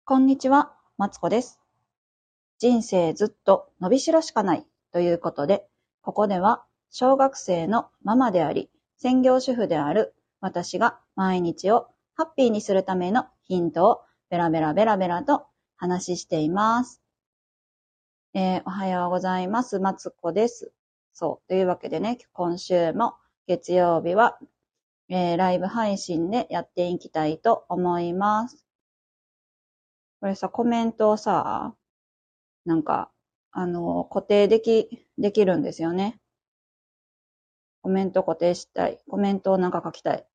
こんにちは、マツコです。人生ずっと伸びしろしかないということで、ここでは小学生のママであり、専業主婦である私が毎日をハッピーにするためのヒントをベラベラベラベラと話しています。おはようございます。マツコです。そう。というわけでね、今週も月曜日は、ライブ配信でやっていきたいと思います。これさ、コメントをさ、なんか、固定できるんですよね。コメント固定したい。コメントをなんか書きたい。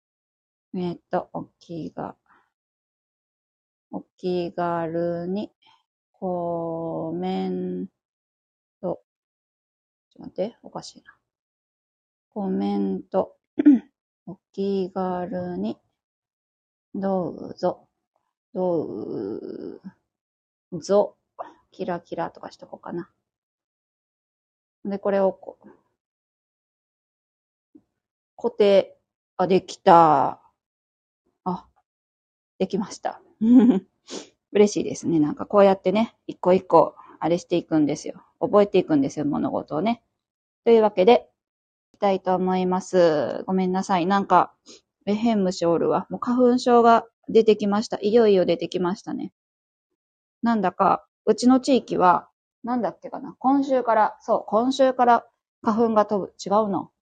お気軽にコメント。ちょっと待って、おかしいな。コメント。お気軽に、どうぞ、どうぞ、キラキラとかしとこうかな。で、これを固定、できた。できました。嬉しいですね。なんかこうやってね、一個一個、あれしていくんですよ。覚えていくんですよ、物事をね。というわけで、いきたいと思います。ごめんなさい。なんか、ヘンムシおるわ。もう花粉症が出てきました。いよいよ出てきましたね。なんだか、うちの地域は、なんだっけかな。今週から花粉が飛ぶ。違うの。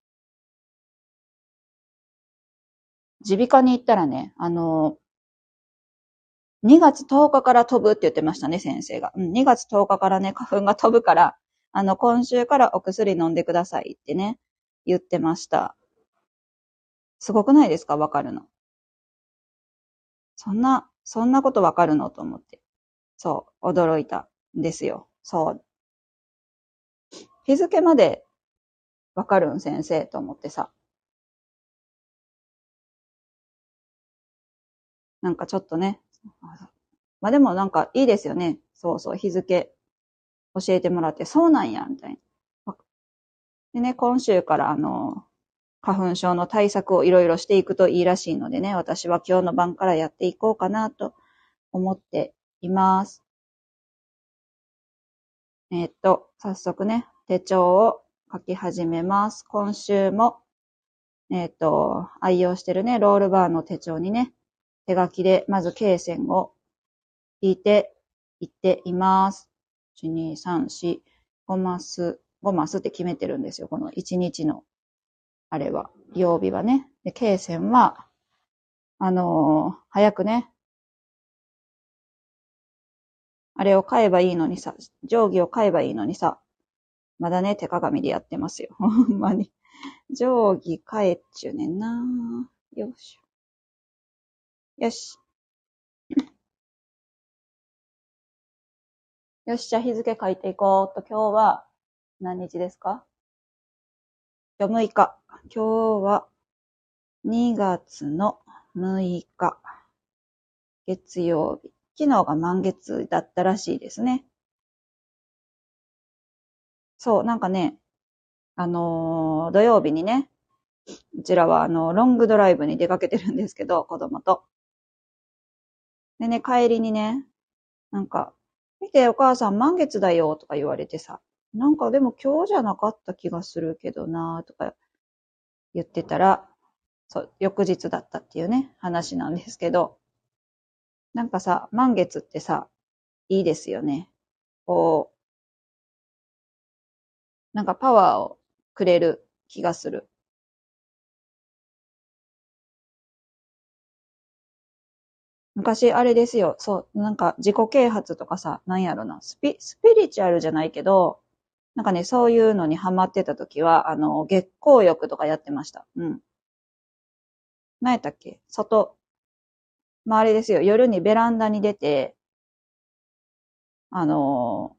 耳鼻科に行ったらね、2月10日から飛ぶって言ってましたね、先生が。2月10日からね、花粉が飛ぶから、今週からお薬飲んでくださいってね、言ってました。すごくないですか？わかるの。そんなことわかるのと思って。そう、驚いたんですよ。そう。日付までわかるん先生と思ってさ。なんかちょっとね。まあでもなんかいいですよね。そうそう、日付教えてもらって、そうなんや、みたいな。でね、今週から花粉症の対策をいろいろしていくといいらしいのでね、私は今日の晩からやっていこうかなと思っています。早速ね、手帳を書き始めます。今週も、愛用してるね、ロールバーの手帳にね、手書きでまず罫線を引いていっています。1、2、3、4、5マスって決めてるんですよ。この1日の、あれは、曜日はね。で、罫線は、早くね、あれを買えばいいのにさ、定規を買えばいいのにさ、まだね、手鏡でやってますよ。ほんまに。定規買えっちゅうねんな。よいしょ。よし。よし、じゃあ日付書いていこうと、今日は何日ですか？今日6日。今日は2月の6日。月曜日。昨日が満月だったらしいですね。そう、なんかね、土曜日にね、うちらはロングドライブに出かけてるんですけど、子供と。でね、帰りにね、なんか、見てお母さん満月だよとか言われてさ、なんかでも今日じゃなかった気がするけどなとか言ってたら、そう、翌日だったっていうね、話なんですけど、なんかさ、満月ってさ、いいですよね。こなんかパワーをくれる気がする。昔あれですよ。そう、なんか自己啓発とかさ、なんやろな、スピリチュアルじゃないけど、なんかね、そういうのにハマってた時は、月光浴とかやってました。うん。何やったっけまあ、あれですよ。夜にベランダに出て、あの、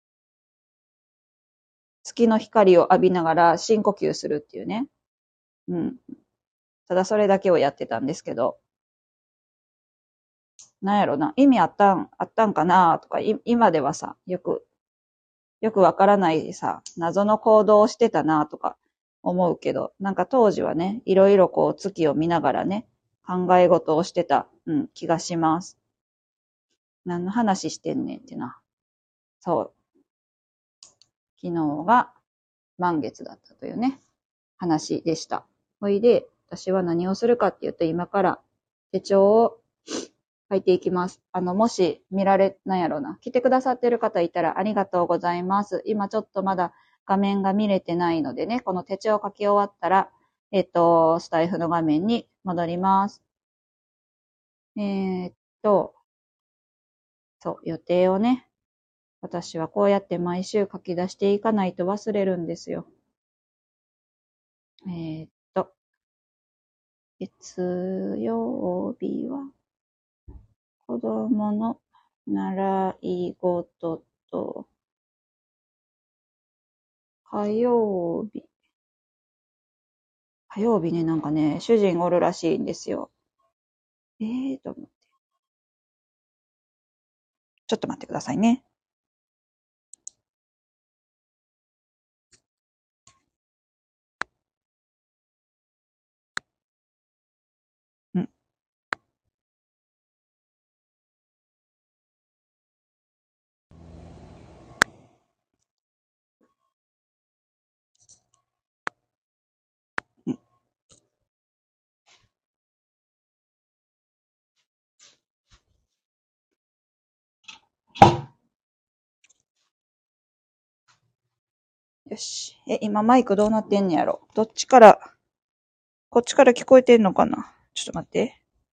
月の光を浴びながら深呼吸するっていうね。うん。ただそれだけをやってたんですけど、なんやろな、意味あったんかなとか、今ではさ、よくわからないさ、謎の行動をしてたなとか思うけど、なんか当時はね、いろいろこう月を見ながらね、考え事をしてた、気がします。 何の話してんねんってな。そう。昨日が満月だったというね、話でした。ほいで、私は何をするかっていうと、今から手帳を書いていきます。もしなんやろうな。来てくださってる方いたらありがとうございます。今ちょっとまだ画面が見れてないのでね、この手帳書き終わったら、スタイフの画面に戻ります。えーっと、そう、予定をね、私はこうやって毎週書き出していかないと忘れるんですよ。えーっと、月曜日は子供の習い事と、火曜日。火曜日ね、なんかね、主人おるらしいんですよ。と思って。ちょっと待ってくださいね。うん。うん。よし。今マイクどうなってんねやろ。どっちから、こっちから聞こえてんのかな。ちょっと待って。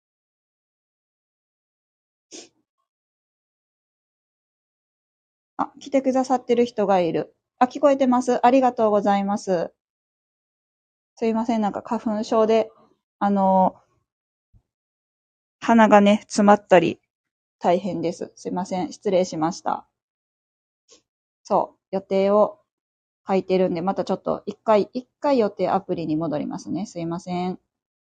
あ、来てくださってる人がいる。あ、聞こえてます。ありがとうございます。すいません。なんか花粉症で、あの、鼻がね、詰まったり、大変です。すいません。失礼しました。そう。予定を書いてるんで、またちょっと一回予定アプリに戻りますね。すいません。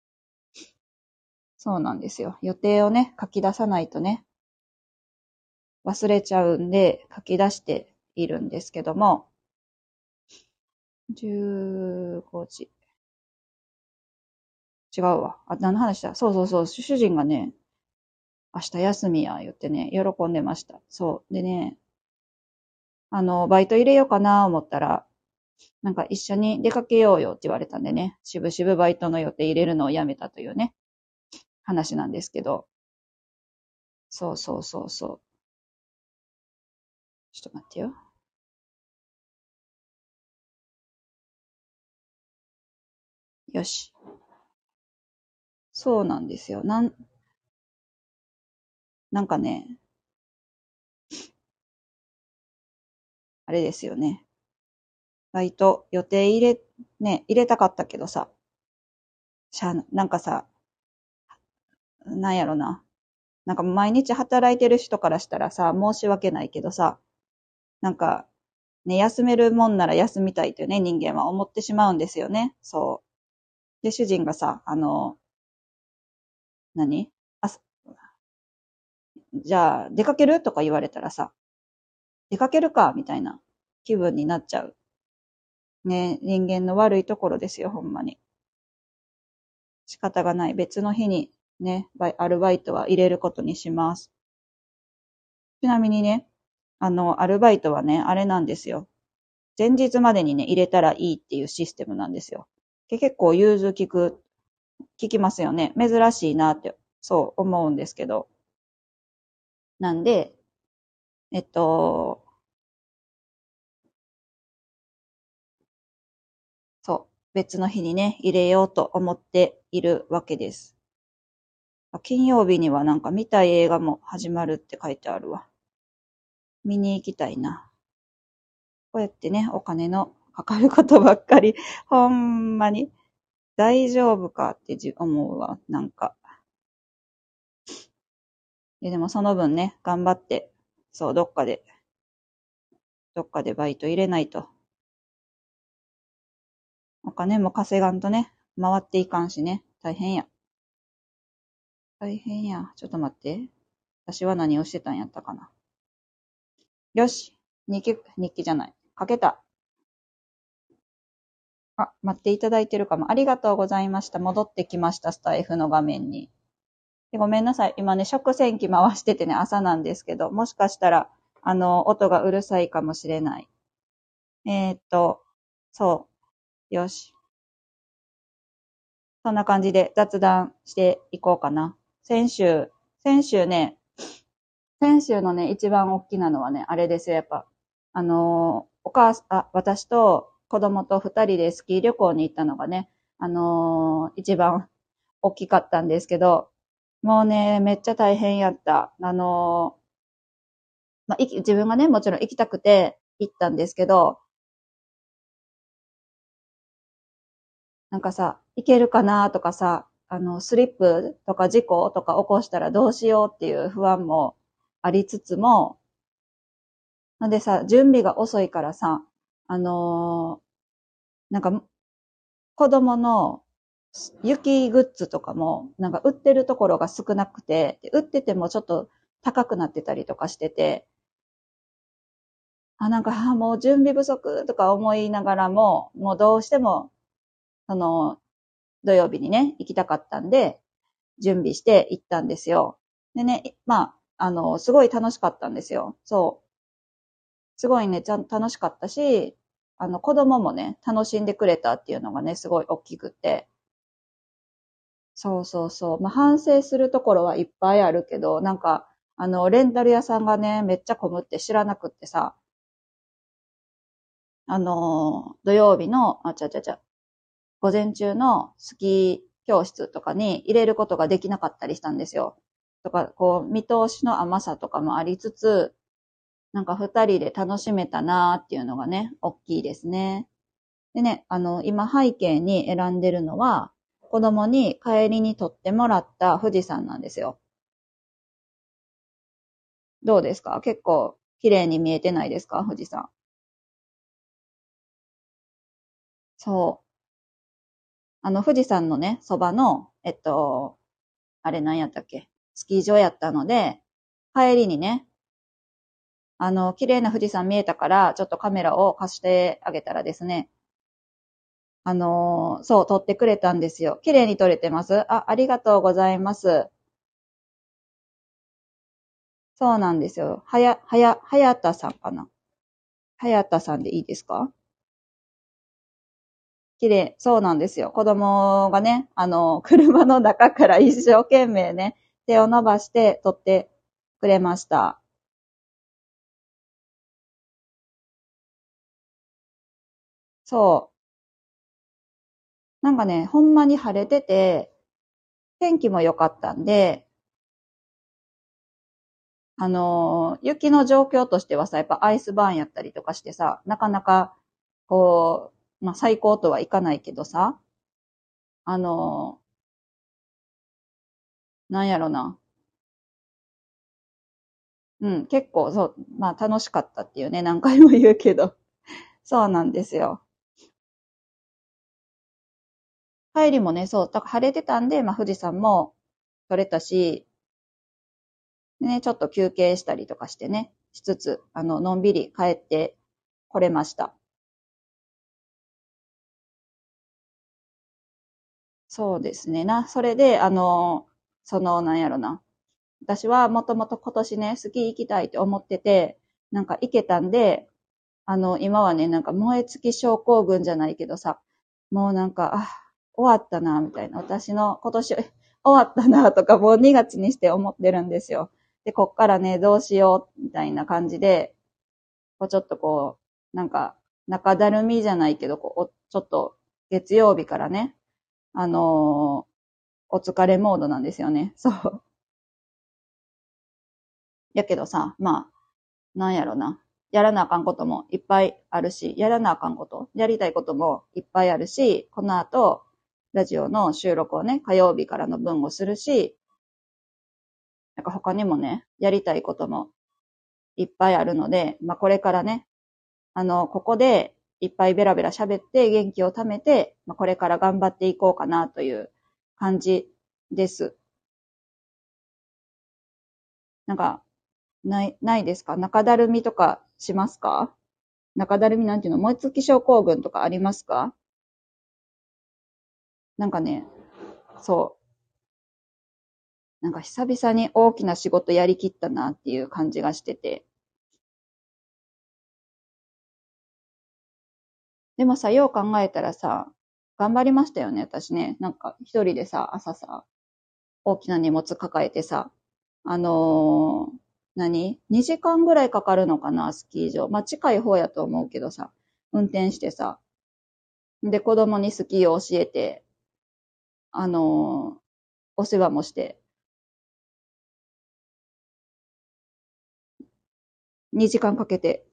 そうなんですよ。予定をね、書き出さないとね、忘れちゃうんで、書き出しているんですけども、15時。違うわ。あ、何の話だ。そうそうそう。主人がね、明日休みや、言ってね、喜んでました。そう。でね、バイト入れようかな思ったら、なんか一緒に出かけようよって言われたんでね、しぶしぶバイトの予定入れるのをやめたというね、話なんですけど。そうそうそうそう。ちょっと待ってよ。よし。そうなんですよ。なんかね、あれですよね。バイト予定入れたかったけどさ、なんかさ、なんやろな。なんか毎日働いてる人からしたらさ、申し訳ないけどさ、なんか、ね、休めるもんなら休みたいというね、人間は思ってしまうんですよね。そう。で、主人がさ、何あ、じゃあ、出かけるとか言われたらさ、出かけるかみたいな気分になっちゃう。ね、人間の悪いところですよ、ほんまに。仕方がない。別の日にね、アルバイトは入れることにします。ちなみにね、アルバイトはね、あれなんですよ。前日までにね、入れたらいいっていうシステムなんですよ。結構融通聞きますよね。珍しいなって、そう思うんですけど。なんで、えっと、そう、別の日にね、入れようと思っているわけです。金曜日にはなんか見たい映画も始まるって書いてあるわ。見に行きたいな。こうやってね、お金のかかることばっかり、ほんまに大丈夫かって思うわ、なんか。でもその分ね、頑張って、そう、どっかでバイト入れないと。お金も稼がんとね、回っていかんしね、大変や。大変や。ちょっと待って。私は何をしてたんやったかな。よし。日記じゃない。書けた。あ、待っていただいてるかも。ありがとうございました。戻ってきました、スタイフの画面に。 で、ごめんなさい。今ね、食洗機回しててね、朝なんですけど、もしかしたら、音がうるさいかもしれない。そう。よし。そんな感じで雑談していこうかな。先週、先週ね、先週のね、一番大きなのはね、あれですよ、やっぱ。私と子供と二人でスキー旅行に行ったのがね、一番大きかったんですけど、もうね、めっちゃ大変やった。自分がね、もちろん行きたくて行ったんですけど、なんかさ、行けるかなとかさ、スリップとか事故とか起こしたらどうしようっていう不安もありつつも、なんでさ、準備が遅いからさ、あのなんか、子供の雪グッズとかも、なんか売ってるところが少なくて、売っててもちょっと高くなってたりとかしてて、もう準備不足とか思いながらも、もうどうしても、その、土曜日にね、行きたかったんで、準備して行ったんですよ。でね、すごい楽しかったんですよ。そう。すごいね、楽しかったし、子供もね、楽しんでくれたっていうのがね、すごい大きくて。そうそうそう。まあ、反省するところはいっぱいあるけど、レンタル屋さんがね、めっちゃ混むって知らなくってさ、土曜日の、午前中のスキー教室とかに入れることができなかったりしたんですよ。とか、こう、見通しの甘さとかもありつつ、なんか二人で楽しめたなーっていうのがね、大きいですね。でね、今背景に選んでるのは、子供に帰りに撮ってもらった富士山なんですよ。どうですか？結構綺麗に見えてないですか？富士山。そう。富士山のね、そばの、あれ何やったっけ？スキー場やったので、帰りにね、綺麗な富士山見えたから、ちょっとカメラを貸してあげたらですね、そう、撮ってくれたんですよ。綺麗に撮れてます？ありがとうございます。そうなんですよ。はやたさんかな。はやたさんでいいですか？綺麗。そうなんですよ。子供がね、車の中から一生懸命ね、手を伸ばして撮ってくれました。そう。なんかね、ほんまに晴れてて、天気も良かったんで、雪の状況としてはさ、やっぱアイスバーンやったりとかしてさ、なかなか、こ最高とはいかないけどさ、あのなんやろな。うん、結構そう、楽しかったっていうね、何回も言うけど。そうなんですよ。帰りもね、そう、だから晴れてたんで、富士山も撮れたし、ね、ちょっと休憩したりとかしてね、しつつ、のんびり帰ってこれました。そうですね。それで、なんやろな。私はもともと今年ね、スキー行きたいって思ってて、なんか行けたんで、今はね、なんか燃え尽き症候群じゃないけどさ、もうなんか、終わったな、みたいな。私の今年終わったな、とかもう2月にして思ってるんですよ。で、こっからね、どうしよう、みたいな感じで、こうちょっとこう、なんか、中だるみじゃないけど、ちょっと月曜日からね、あのーお疲れモードなんですよね。そう。やけどさ、なんやろな。やらなあかんこともいっぱいあるし、やらなあかんこと、やりたいこともいっぱいあるし、この後、ラジオの収録をね、火曜日からの分をするし、なんか他にもね、やりたいこともいっぱいあるので、これからね、ここでいっぱいベラベラ喋って元気を貯めて、これから頑張っていこうかなという感じです。なんか、ないですか？中だるみとかしますか？中だるみなんていうの？燃え尽き症候群とかありますか？なんかね、そう。 なんか久々に大きな仕事やりきったなっていう感じがしてて。でもさ、よう考えたらさ、頑張りましたよね、私ね。なんか一人でさ、朝さ、大きな荷物抱えてさ、あのー何 ?2 時間ぐらいかかるのかな、スキー場。まあ、近い方やと思うけどさ、運転してさ、で、子供にスキーを教えて、あのーお世話もして、2時間かけて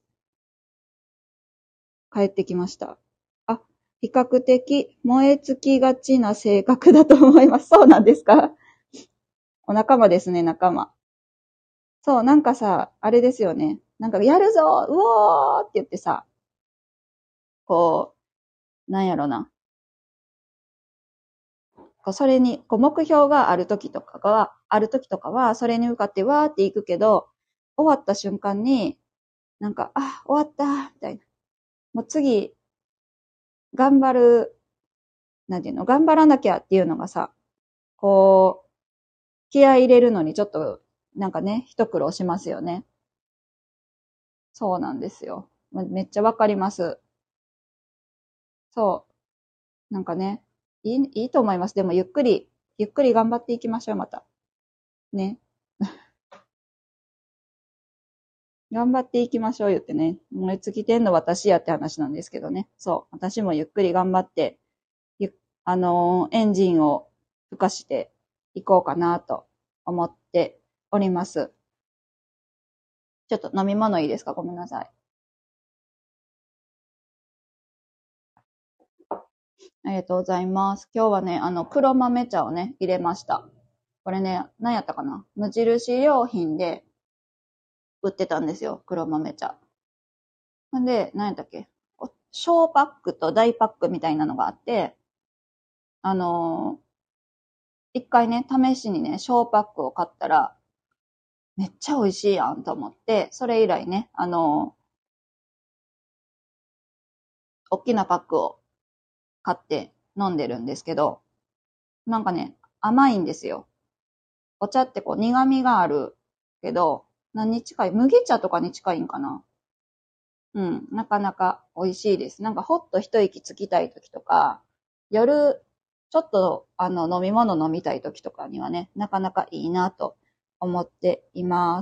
帰ってきました。あ、比較的燃え尽きがちな性格だと思います。そうなんですか？お仲間ですね、仲間。そう、なんかさ、あれですよね。なんか、やるぞうおーって言ってさ、こなんやろな。それに、目標がある時とかは、それに向かってわーっていくけど、終わった瞬間に、なんか、あ、終わった、みたいな。もう次、頑張る、なんていうの、頑張らなきゃっていうのがさ、こう、気合い入れるのにちょっと、なんかね、一苦労しますよね。そうなんですよ。めっちゃわかります。そう。なんかね、いいと思います。でもゆっくり頑張っていきましょう、また。ね。頑張っていきましょう言ってね。燃え尽きてんの私やって話なんですけどね。そう。私もゆっくり頑張って、ゆ、エンジンを吹かしていこうかなと思っております。ちょっと飲み物いいですか？ごめんなさい。ありがとうございます。今日はね、黒豆茶をね、入れました。これね、何やったかな？無印良品で売ってたんですよ。黒豆茶。ほんで、何やったっけ？小パックと大パックみたいなのがあって、あの一回ね、試しにね、小パックを買ったら、めっちゃ美味しいやんと思って、それ以来ね、大きなパックを買って飲んでるんですけど、なんかね、甘いんですよ。お茶ってこう苦味があるけど、何に近い？麦茶とかに近いんかな？うん、なかなか美味しいです。なんかほっと一息つきたい時とか、夜、ちょっと飲み物飲みたい時とかにはね、なかなかいいなと思っています。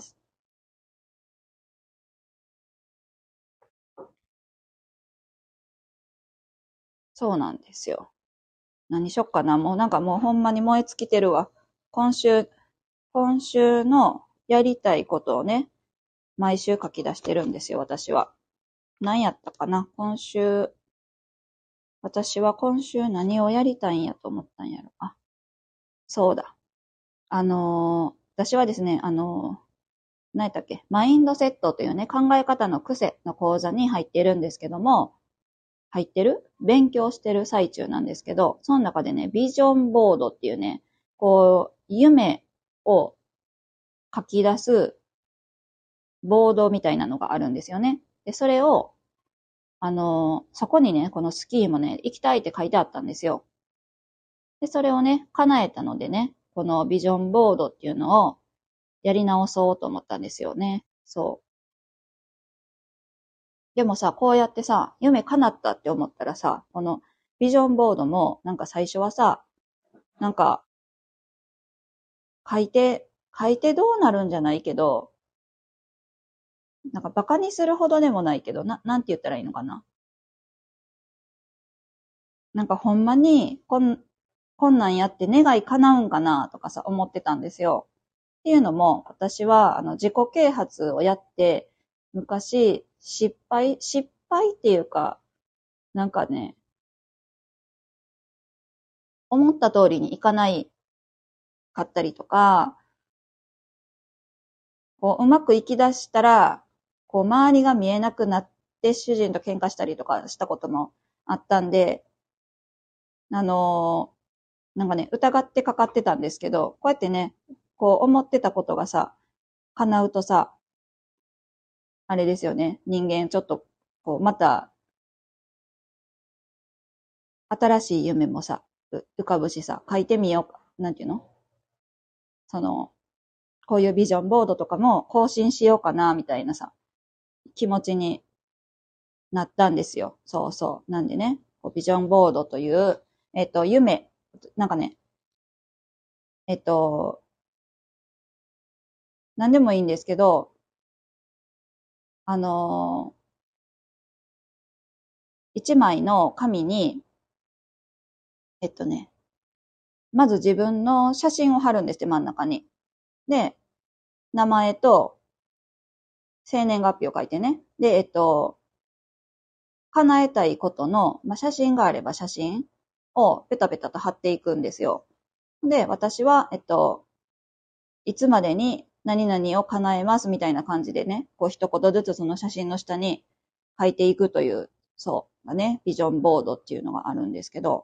そうなんですよ。何しよっかな。もうなんかもうほんまに燃え尽きてるわ。今週、今週のやりたいことをね、毎週書き出してるんですよ、私は。何やったかな今週、私は今週何をやりたいんやと思ったんやろ。あ、そうだ。私はですね、何やったっけマインドセットというね、考え方の癖の講座に入っているんですけども、入ってる勉強してる最中なんですけど、その中でね、ビジョンボードっていうね、こう、夢を書き出すボードみたいなのがあるんですよね。で、それを、そこにね、このスキーもね、行きたいって書いてあったんですよ。で、それをね、叶えたのでね、このビジョンボードっていうのをやり直そうと思ったんですよね。そう。でもさ、こうやってさ、夢叶ったって思ったらさ、このビジョンボードも、なんか最初はさ、なんか書いてどうなるんじゃないけど、なんかバカにするほどでもないけど、なんて言ったらいいのかな。なんかほんまに、こんなんやって願い叶うんかなとかさ、思ってたんですよ。っていうのも、私は、自己啓発をやって、昔、失敗っていうか、なんかね、思った通りにいかないかったりとか、こう、うまくいき出したら、こう、周りが見えなくなって主人と喧嘩したりとかしたこともあったんで、あのなんかね、疑ってかかってたんですけど、こうやってね、こう思ってたことがさ、叶うとさ、あれですよね、人間ちょっと、こう、また、新しい夢もさ、浮かぶしさ、書いてみようか。なんていうのこういうビジョンボードとかも更新しようかな、みたいなさ、気持ちになったんですよ。そうそう。なんでね、ビジョンボードという、夢、なんかね、なんでもいいんですけど、あの一枚の紙に、えっとね、まず自分の写真を貼るんですって、真ん中に。で、名前と生年月日を書いてね。で、叶えたいことの、写真があれば写真をペタペタと貼っていくんですよ。で、私は、いつまでに何々を叶えますみたいな感じでね、こう一言ずつその写真の下に書いていくという、そうね、ビジョンボードっていうのがあるんですけど、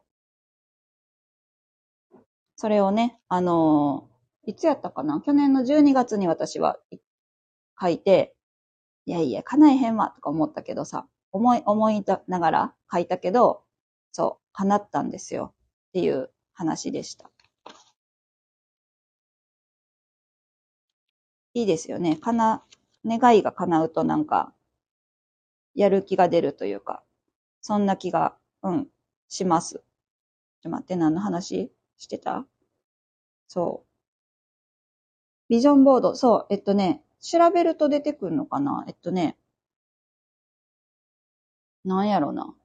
それをね、いつやったかな、去年の12月に私は書いて、いやいや、叶えへんわとか思ったけどさ、思いながら書いたけど、そう、叶ったんですよっていう話でした。いいですよね。願いが叶うとなんか、やる気が出るというか、そんな気が、します。待って、何の話してた？そう。ビジョンボード、そう、調べると出てくるのかな？なんやろな。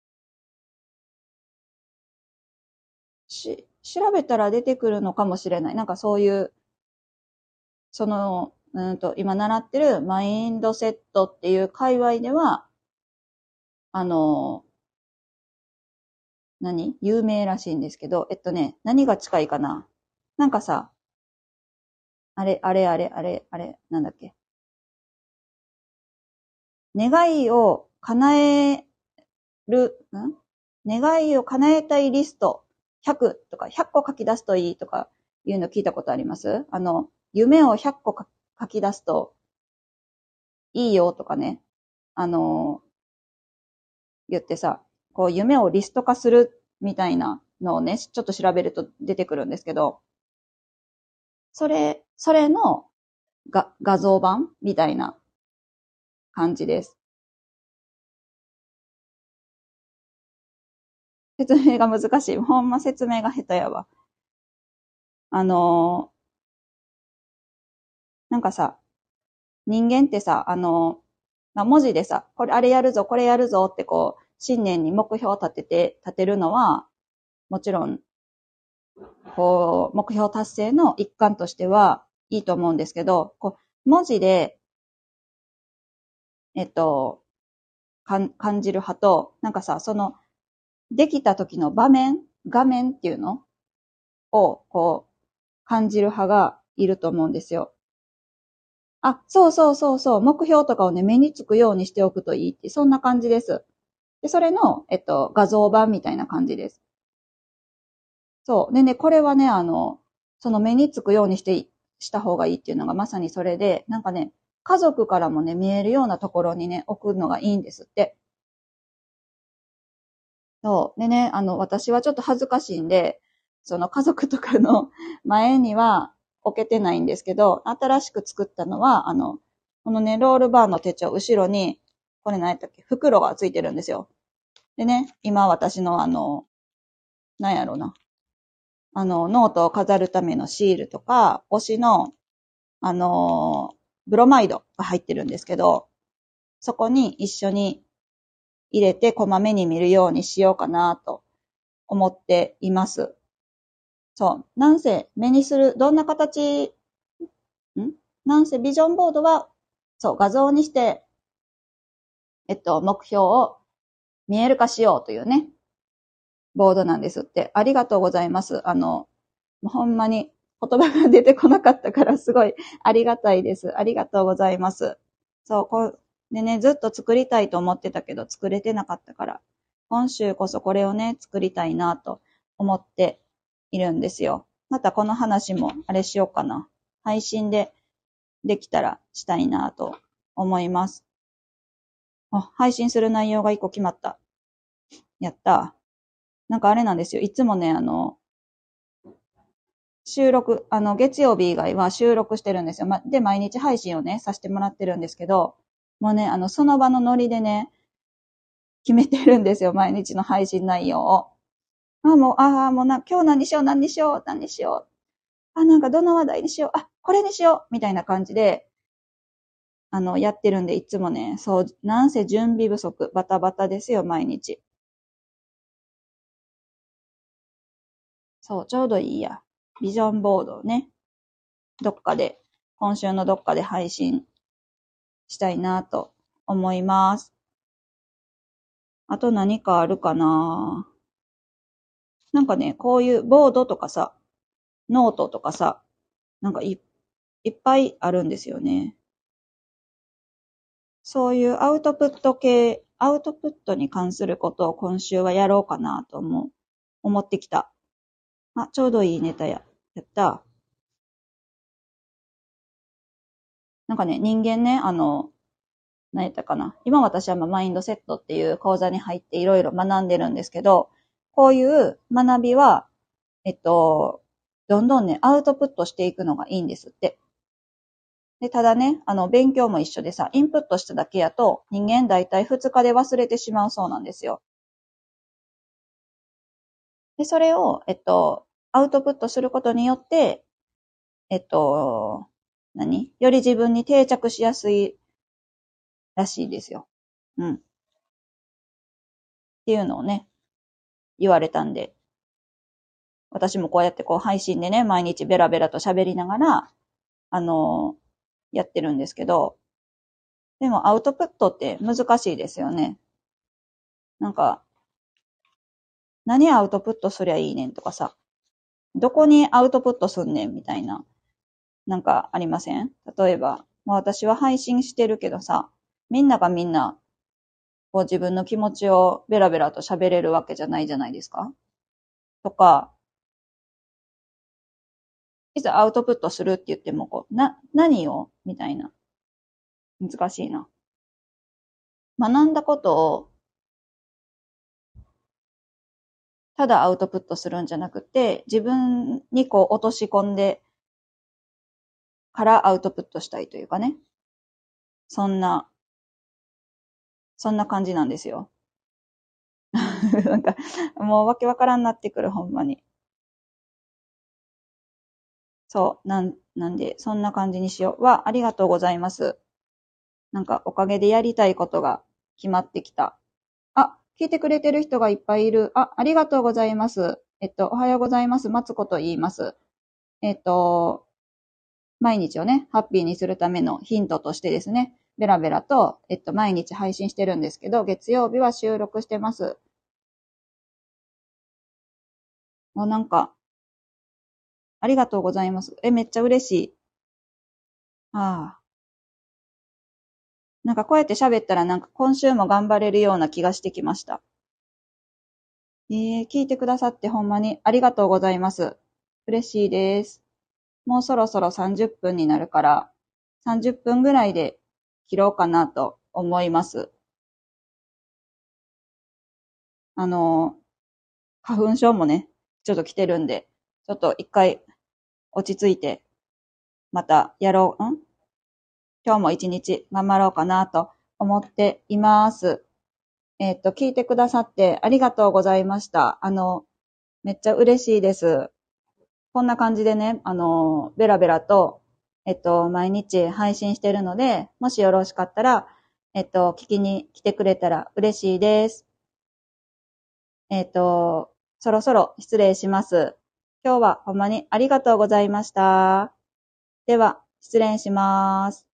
調べたら出てくるのかもしれない。なんかそういう、今習ってるマインドセットっていう界隈では、あの、有名らしいんですけど、何が近いかな。なんかさ、なんだっけ。願いを叶え願いを叶えたいリスト100とか100個書き出すといいとかいうの聞いたことあります？夢を100個書き出すといいよとかね。あの、言ってさ、こう夢をリスト化するみたいなのをね、ちょっと調べると出てくるんですけど、それの画像版みたいな感じです。説明が難しい。ほんま説明が下手やわ。あのなんかさ、人間ってさ、文字でさ、これ、あれやるぞ、これやるぞってこう、新年に目標を立てるのは、もちろん、こう、目標達成の一環としてはいいと思うんですけど、こう、文字で、えっと、感じる派と、なんかさ、できた時の画面っていうのを、こう、感じる派がいると思うんですよ。あ、そうそうそうそう、目標とかをね、目につくようにしておくといいって、そんな感じです。で、それの、画像版みたいな感じです。そう。でね、これはね、その目につくようにした方がいいっていうのがまさにそれで、なんかね、家族からもね、見えるようなところにね、置くのがいいんですって。そう。でね、私はちょっと恥ずかしいんで、その家族とかの前には置けてないんですけど、新しく作ったのは、このね、ロールバーの手帳、後ろに、これ何やったっけ、袋がついてるんですよ。でね、今私のなんやろな。ノートを飾るためのシールとか、推しの、あの、ブロマイドが入ってるんですけど、そこに一緒に入れてこまめに見るようにしようかなと思っています。そう。なんせ目にする、どんな形、なんせビジョンボードは、そう、画像にして、目標を見える化しようというね、ボードなんですって。ありがとうございます。ほんまに言葉が出てこなかったからすごいありがたいです。ありがとうございます。そう、でね、ずっと作りたいと思ってたけど作れてなかったから、今週こそこれをね、作りたいなと思っているんですよ。またこの話もあれしようかな。配信でできたらしたいなと思います。配信する内容が一個決まった。やった。なんかあれなんですよ。いつもね、 収録、月曜日以外は収録してるんですよ。で、毎日配信をね、させてもらってるんですけど、もうね、その場のノリでね、決めてるんですよ。毎日の配信内容を。今日何にしよう、何にしよう、何にしよう。なんかどの話題にしよう。これにしよう。みたいな感じで、やってるんで、いつもね、そう、なんせ準備不足、バタバタですよ、毎日。そう、ちょうどいいや。ビジョンボードをね、今週のどっかで配信したいなと思います。あと何かあるかな？なんかね、こういうボードとかさ、ノートとかさ、なんかいっぱいあるんですよね。そういうアウトプットに関することを今週はやろうかなと思ってきた。ちょうどいいネタや。やった。なんかね、人間ね、何やったかな。今私はマインドセットっていう講座に入っていろいろ学んでるんですけど、こういう学びは、どんどんね、アウトプットしていくのがいいんですって。で、ただね、勉強も一緒でさ、インプットしただけやと、人間だいたい2日で忘れてしまうそうなんですよ。で、それを、アウトプットすることによって、えっと、より自分に定着しやすいらしいですよ。うん。っていうのをね、言われたんで、私もこうやって配信でね、毎日ベラベラと喋りながら、あの、やってるんですけど、でもアウトプットって難しいですよね。なんか、何アウトプットすりゃいいねんとかさ、どこにアウトプットすんねんみたいな、なんかありません？例えば、私は配信してるけどさ、みんながみんな、自分の気持ちをベラベラと喋れるわけじゃないじゃないですか？とか、いざアウトプットするって言っても、何をみたいな。難しいな。学んだことをただアウトプットするんじゃなくて、自分に落とし込んでからアウトプットしたいというかね。そんな、そんな感じなんですよ。なんか、もうわけわからんなってくる、ほんまに。そう、なんで、そんな感じにしよう。ありがとうございます。なんか、おかげでやりたいことが決まってきた。聞いてくれてる人がいっぱいいる。ありがとうございます。おはようございます。マツコと言います。えっと、毎日をね、ハッピーにするためのヒントとしてですね、ベラベラと、毎日配信してるんですけど、月曜日は収録してます。なんか、ありがとうございます。めっちゃ嬉しい。ああ。なんかこうやって喋ったらなんか今週も頑張れるような気がしてきました。聞いてくださってほんまにありがとうございます。嬉しいです。もうそろそろ30分になるから、30分ぐらいで切ろうかなと思います。あの、花粉症もね、ちょっと来てるんで、ちょっと一回落ち着いて、またやろう、今日も一日頑張ろうかなと思っています。聞いてくださってありがとうございました。めっちゃ嬉しいです。こんな感じでね、ベラベラと、毎日配信してるので、もしよろしかったら、聞きに来てくれたら嬉しいです。そろそろ失礼します。今日はほんまにありがとうございました。では、失礼します。